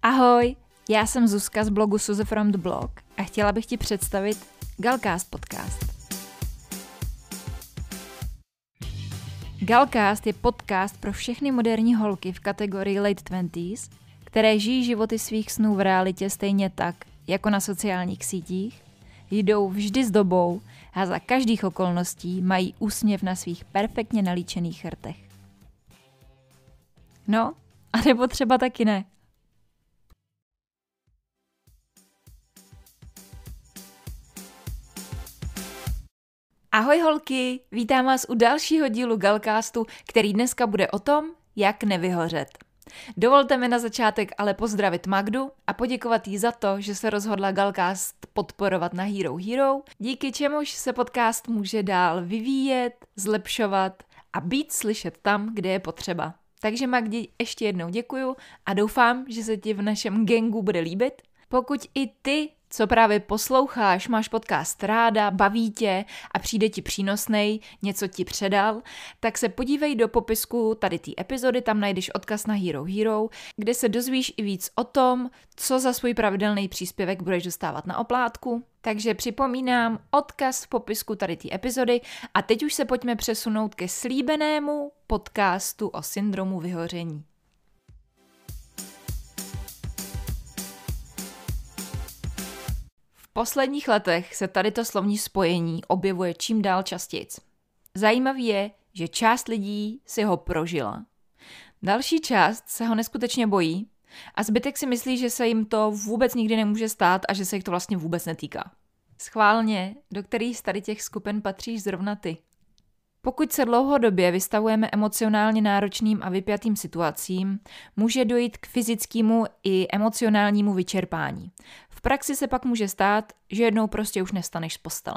Ahoj, já jsem Zuzka z blogu Suze from the blog a chtěla bych ti představit Galcast podcast. Galcast je podcast pro všechny moderní holky v kategorii late 20s, které žijí životy svých snů v realitě stejně tak, jako na sociálních sítích, jdou vždy s dobou a za každých okolností mají úsměv na svých perfektně nalíčených rtech. No, anebo třeba taky ne. Ahoj holky, vítám vás u dalšího dílu Galcastu, který dneska bude o tom, jak nevyhořet. Dovolte mi na začátek ale pozdravit Magdu a poděkovat jí za to, že se rozhodla Galcast podporovat na Hero Hero, díky čemuž se podcast může dál vyvíjet, zlepšovat a být slyšet tam, kde je potřeba. Takže Magdi ještě jednou děkuju a doufám, že se ti v našem gangu bude líbit. Pokud i ty, co právě posloucháš, máš podcast ráda, baví tě a přijde ti přínosnej, něco ti předal, tak se podívej do popisku tady té epizody, tam najdeš odkaz na Hero Hero, kde se dozvíš i víc o tom, co za svůj pravidelný příspěvek budeš dostávat na oplátku. Takže připomínám odkaz v popisku tady té epizody a teď už se pojďme přesunout ke slíbenému podcastu o syndromu vyhoření. V posledních letech se tady to slovní spojení objevuje čím dál častějc. Zajímavý je, že část lidí si ho prožila. Další část se ho neskutečně bojí a zbytek si myslí, že se jim to vůbec nikdy nemůže stát a že se jich to vlastně vůbec netýká. Schválně, do kterých z tady těch skupin patříš zrovna ty. Pokud se dlouhodobě vystavujeme emocionálně náročným a vypjatým situacím, může dojít k fyzickému i emocionálnímu vyčerpání. V praxi se pak může stát, že jednou prostě už nestaneš z postele.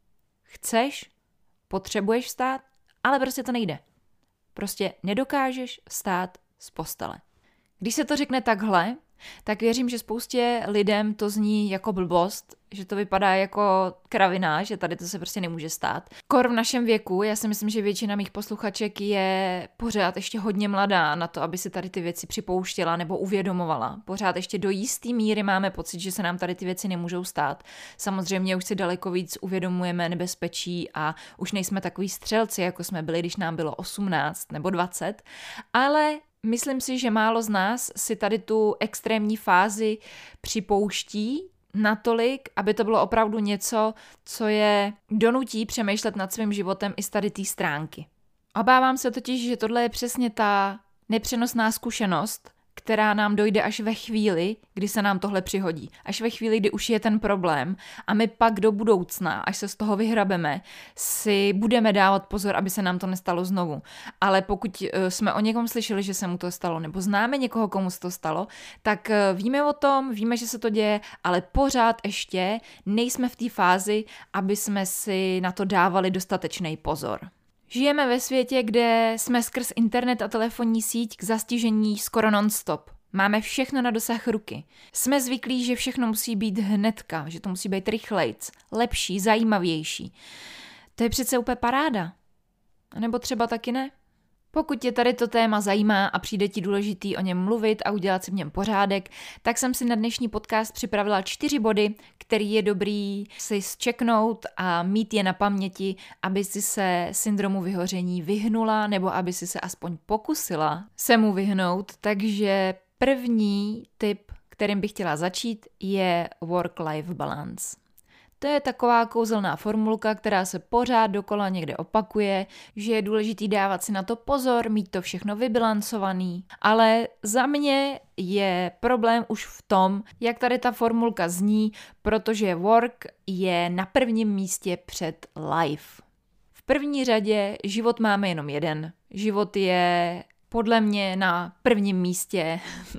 Chceš, potřebuješ vstát, ale prostě to nejde. Prostě nedokážeš vstát z postele. Když se to řekne takhle, tak věřím, že spoustě lidem to zní jako blbost, že to vypadá jako kravina, že tady to se prostě nemůže stát. Kor v našem věku, já si myslím, že většina mých posluchaček je pořád ještě hodně mladá na to, aby si tady ty věci připouštěla nebo uvědomovala. Pořád ještě do jistý míry máme pocit, že se nám tady ty věci nemůžou stát. Samozřejmě už si daleko víc uvědomujeme nebezpečí a už nejsme takový střelci, jako jsme byli, když nám bylo 18 nebo 20, ale myslím si, že málo z nás si tady tu extrémní fázi připouští natolik, aby to bylo opravdu něco, co je donutí přemýšlet nad svým životem i z tady té stránky. Obávám se totiž, že tohle je přesně ta nepřenosná zkušenost, která nám dojde až ve chvíli, kdy se nám tohle přihodí. Až ve chvíli, kdy už je ten problém a my pak do budoucna, až se z toho vyhrabeme, si budeme dávat pozor, aby se nám to nestalo znovu. Ale pokud jsme o někom slyšeli, že se mu to stalo, nebo známe někoho, komu se to stalo, tak víme o tom, víme, že se to děje, ale pořád ještě nejsme v té fázi, aby jsme si na to dávali dostatečný pozor. Žijeme ve světě, kde jsme skrz internet a telefonní síť k zastižení skoro non-stop. Máme všechno na dosah ruky. Jsme zvyklí, že všechno musí být hnedka, že to musí být rychlejc, lepší, zajímavější. To je přece úplně paráda. A nebo třeba taky ne? Pokud tě tady to téma zajímá a přijde ti důležitý o něm mluvit a udělat si v něm pořádek, tak jsem si na dnešní podcast připravila 4 body, který je dobrý si zčeknout a mít je na paměti, aby si se syndromu vyhoření vyhnula nebo aby si se aspoň pokusila se mu vyhnout. Takže první tip, kterým bych chtěla začít, je work-life balance. To je taková kouzelná formulka, která se pořád dokola někde opakuje, že je důležitý dávat si na to pozor, mít to všechno vybilancovaný. Ale za mě je problém už v tom, jak tady ta formulka zní, protože work je na prvním místě před life. V první řadě život máme jenom jeden. Život je podle mě na prvním místě,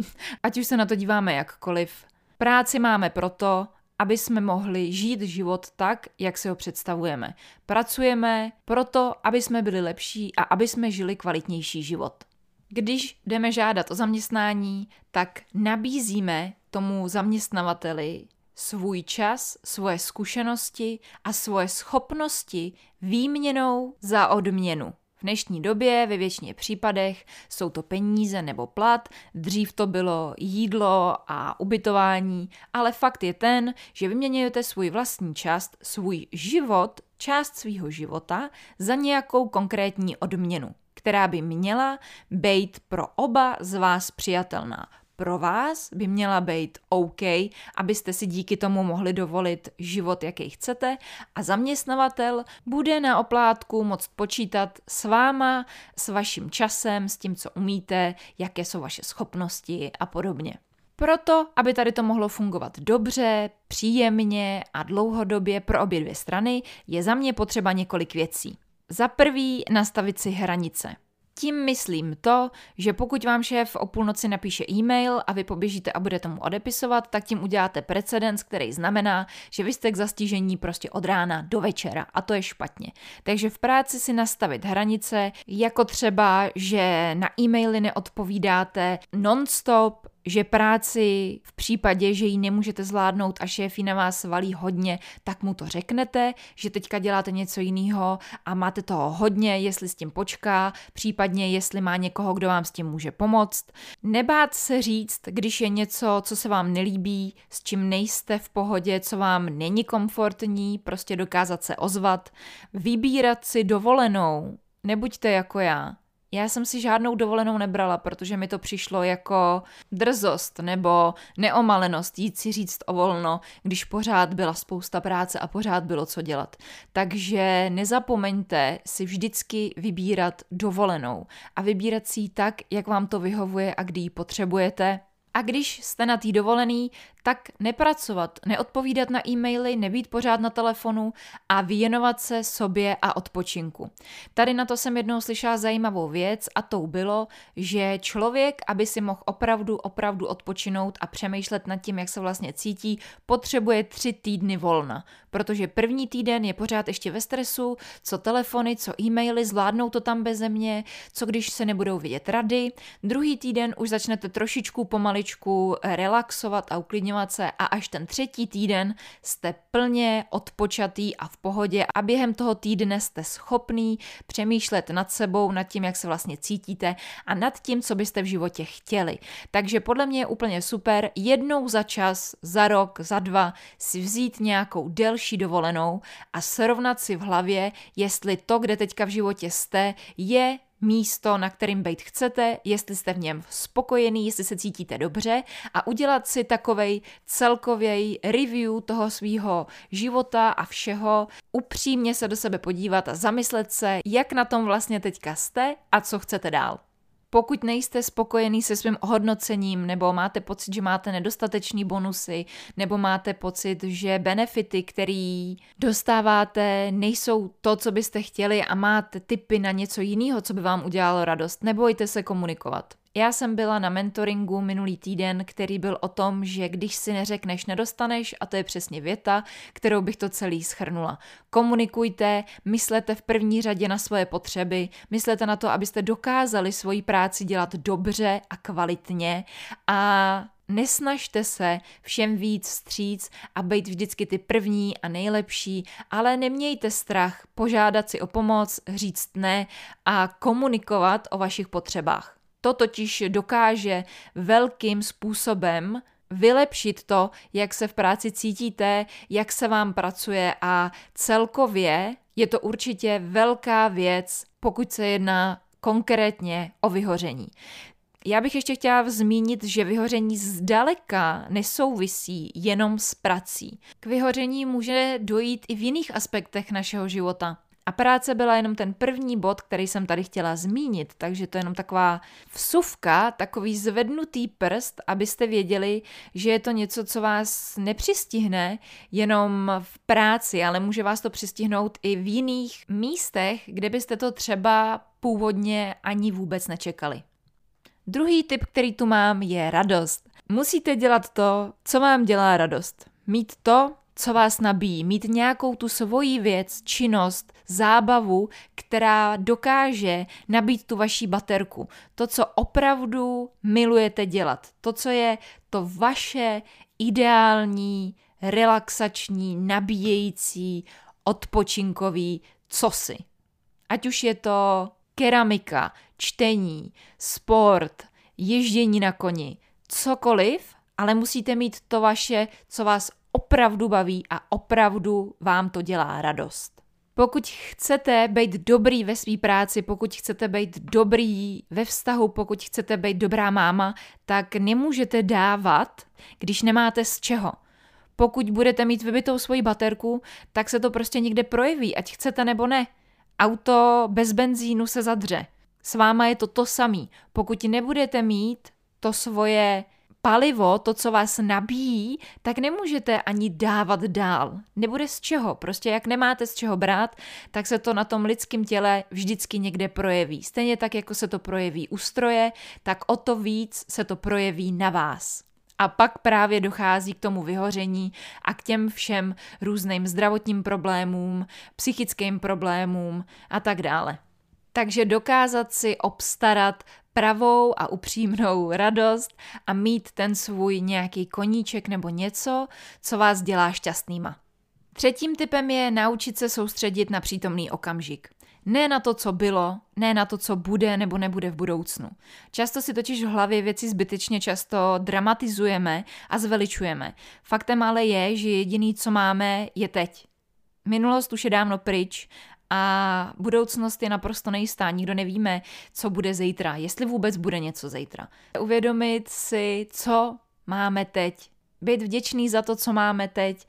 ať už se na to díváme jakkoliv. Práci máme proto, aby jsme mohli žít život tak, jak si ho představujeme. Pracujeme proto, aby jsme byli lepší a aby jsme žili kvalitnější život. Když jdeme žádat o zaměstnání, tak nabízíme tomu zaměstnavateli svůj čas, svoje zkušenosti a svoje schopnosti výměnou za odměnu. V dnešní době ve většině případech jsou to peníze nebo plat, dřív to bylo jídlo a ubytování, ale fakt je ten, že vyměňujete svůj vlastní čas, svůj život, část svýho života za nějakou konkrétní odměnu, která by měla být pro oba z vás přijatelná. Pro vás by měla být OK, abyste si díky tomu mohli dovolit život, jaký chcete, a zaměstnavatel bude na oplátku moct počítat s váma, s vaším časem, s tím, co umíte, jaké jsou vaše schopnosti a podobně. Proto, aby tady to mohlo fungovat dobře, příjemně a dlouhodobě pro obě dvě strany, je za mě potřeba několik věcí. Za prvý nastavit si hranice. Tím myslím to, že pokud vám šéf o půlnoci napíše e-mail a vy poběžíte a budete mu odepisovat, tak tím uděláte precedens, který znamená, že vy jste k zastížení prostě od rána do večera a to je špatně. Takže v práci si nastavit hranice, jako třeba, že na e-maily neodpovídáte non-stop, že práci v případě, že ji nemůžete zvládnout a šéf ji na vás valí hodně, tak mu to řeknete, že teďka děláte něco jiného a máte toho hodně, jestli s tím počká, případně jestli má někoho, kdo vám s tím může pomoct. Nebát se říct, když je něco, co se vám nelíbí, s čím nejste v pohodě, co vám není komfortní, prostě dokázat se ozvat, vybírat si dovolenou, nebuďte jako já. Já jsem si žádnou dovolenou nebrala, protože mi to přišlo jako drzost nebo neomalenost jít si říct o volno, když pořád byla spousta práce a pořád bylo co dělat. Takže nezapomeňte si vždycky vybírat dovolenou a vybírat si ji tak, jak vám to vyhovuje a kdy ji potřebujete. A když jste na té dovolený, tak nepracovat, neodpovídat na e-maily, nebýt pořád na telefonu a věnovat se sobě a odpočinku. Tady na to jsem jednou slyšela zajímavou věc a tou bylo, že člověk, aby si mohl opravdu odpočinout a přemýšlet nad tím, jak se vlastně cítí, potřebuje 3 týdny volna, protože první týden je pořád ještě ve stresu, co telefony, co e-maily, zvládnou to tam beze mě, co když se nebudou vidět rady. Druhý týden už začnete trošičku pomaličku relaxovat a uklidňovat se a až ten 3. týden jste plně odpočatý a v pohodě a během toho týdne jste schopný přemýšlet nad sebou, nad tím, jak se vlastně cítíte a nad tím, co byste v životě chtěli. Takže podle mě je úplně super jednou za čas, za rok, za 2 si vzít nějakou delší dovolenou a srovnat si v hlavě, jestli to, kde teďka v životě jste, je místo, na kterým být chcete, jestli jste v něm spokojený, jestli se cítíte dobře a udělat si takovej celkový review toho svýho života a všeho, upřímně se do sebe podívat a zamyslet se, jak na tom vlastně teďka jste a co chcete dál. Pokud nejste spokojený se svým ohodnocením, nebo máte pocit, že máte nedostatečný bonusy, nebo máte pocit, že benefity, který dostáváte, nejsou to, co byste chtěli a máte tipy na něco jiného, co by vám udělalo radost, nebojte se komunikovat. Já jsem byla na mentoringu minulý týden, který byl o tom, že když si neřekneš, nedostaneš, a to je přesně věta, kterou bych to celý shrnula. Komunikujte, myslete v první řadě na svoje potřeby, myslete na to, abyste dokázali svoji práci dělat dobře a kvalitně a nesnažte se všem víc vstříc a být vždycky ty první a nejlepší, ale nemějte strach požádat si o pomoc, říct ne a komunikovat o vašich potřebách. To totiž dokáže velkým způsobem vylepšit to, jak se v práci cítíte, jak se vám pracuje a celkově je to určitě velká věc, pokud se jedná konkrétně o vyhoření. Já bych ještě chtěla zmínit, že vyhoření zdaleka nesouvisí jenom s prací. K vyhoření může dojít i v jiných aspektech našeho života. A práce byla jenom ten první bod, který jsem tady chtěla zmínit, takže to je jenom taková vsuvka, takový zvednutý prst, abyste věděli, že je to něco, co vás nepřistihne jenom v práci, ale může vás to přistihnout i v jiných místech, kde byste to třeba původně ani vůbec nečekali. Druhý tip, který tu mám, je radost. Musíte dělat to, co vám dělá radost. Mít to, co vás nabíjí, mít nějakou tu svoji věc, činnost, zábavu, která dokáže nabít tu vaší baterku. To, co opravdu milujete dělat. To, co je to vaše ideální, relaxační, nabíjející, odpočinkový cosi. Ať už je to keramika, čtení, sport, ježdění na koni, cokoliv, ale musíte mít to vaše, co vás opravdu baví a opravdu vám to dělá radost. Pokud chcete být dobrý ve své práci, pokud chcete být dobrý ve vztahu, pokud chcete být dobrá máma, tak nemůžete dávat, když nemáte z čeho. Pokud budete mít vybitou svoji baterku, tak se to prostě někde projeví, ať chcete nebo ne. Auto bez benzínu se zadře. S váma je to samý. Pokud nebudete mít to svoje palivo, to, co vás nabíjí, tak nemůžete ani dávat dál. Nebude z čeho. Prostě jak nemáte z čeho brát, tak se to na tom lidském těle vždycky někde projeví. Stejně tak, jako se to projeví u stroje, tak o to víc se to projeví na vás. A pak právě dochází k tomu vyhoření a k těm všem různým zdravotním problémům, psychickým problémům a tak dále. Takže dokázat si obstarat pravou a upřímnou radost a mít ten svůj nějaký koníček nebo něco, co vás dělá šťastnýma. Třetím tipem je naučit se soustředit na přítomný okamžik. Ne na to, co bylo, ne na to, co bude nebo nebude v budoucnu. Často si totiž v hlavě věci zbytečně často dramatizujeme a zveličujeme. Faktem ale je, že jediný, co máme, je teď. Minulost už je dávno pryč a budoucnost je naprosto nejistá. Nikdo nevíme, co bude zítra, jestli vůbec bude něco zítra. Uvědomit si, co máme teď. Být vděčný za to, co máme teď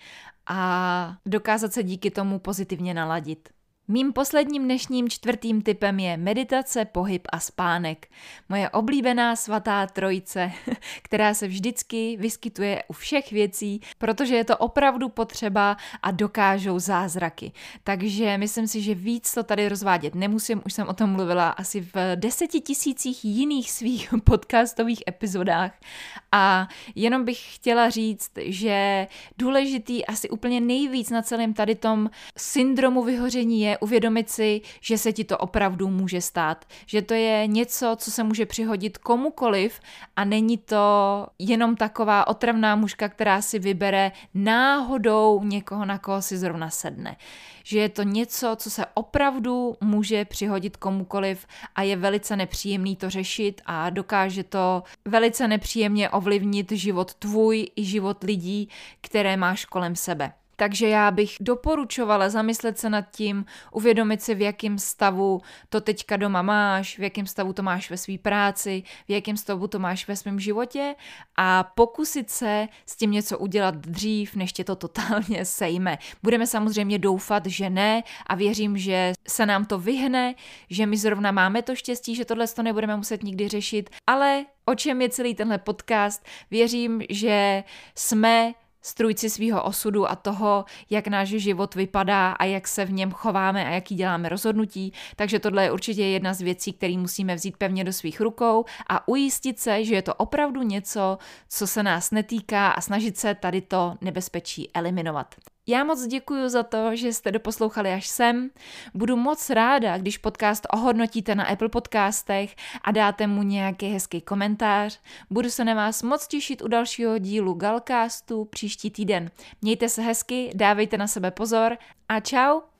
a dokázat se díky tomu pozitivně naladit. Mým posledním dnešním čtvrtým tipem je meditace, pohyb a spánek. Moje oblíbená svatá trojice, která se vždycky vyskytuje u všech věcí, protože je to opravdu potřeba a dokážou zázraky. Takže myslím si, že víc to tady rozvádět nemusím, už jsem o tom mluvila asi v 10 000 jiných svých podcastových epizodách. A jenom bych chtěla říct, že důležitý asi úplně nejvíc na celém tady tom syndromu vyhoření je uvědomit si, že se ti to opravdu může stát. Že to je něco, co se může přihodit komukoliv a není to jenom taková otravná mužka, která si vybere náhodou někoho, na koho si zrovna sedne. Že je to něco, co se opravdu může přihodit komukoliv a je velice nepříjemný to řešit a dokáže to velice nepříjemně ovlivnit život tvůj i život lidí, které máš kolem sebe. Takže já bych doporučovala zamyslet se nad tím, uvědomit si, v jakém stavu to teďka doma máš, v jakém stavu to máš ve své práci, v jakém stavu to máš ve svém životě a pokusit se s tím něco udělat dřív, než tě to totálně sejme. Budeme samozřejmě doufat, že ne a věřím, že se nám to vyhne, že my zrovna máme to štěstí, že tohle to nebudeme muset nikdy řešit, ale o čem je celý tenhle podcast? Věřím, že jsme strůjci svýho osudu a toho, jak náš život vypadá a jak se v něm chováme a jaký děláme rozhodnutí. Takže tohle je určitě jedna z věcí, které musíme vzít pevně do svých rukou a ujistit se, že je to opravdu něco, co se nás netýká a snažit se tady to nebezpečí eliminovat. Já moc děkuji za to, že jste doposlouchali až sem. Budu moc ráda, když podcast ohodnotíte na Apple podcastech a dáte mu nějaký hezký komentář. Budu se na vás moc těšit u dalšího dílu Galcastu příští týden. Mějte se hezky, dávejte na sebe pozor a čau!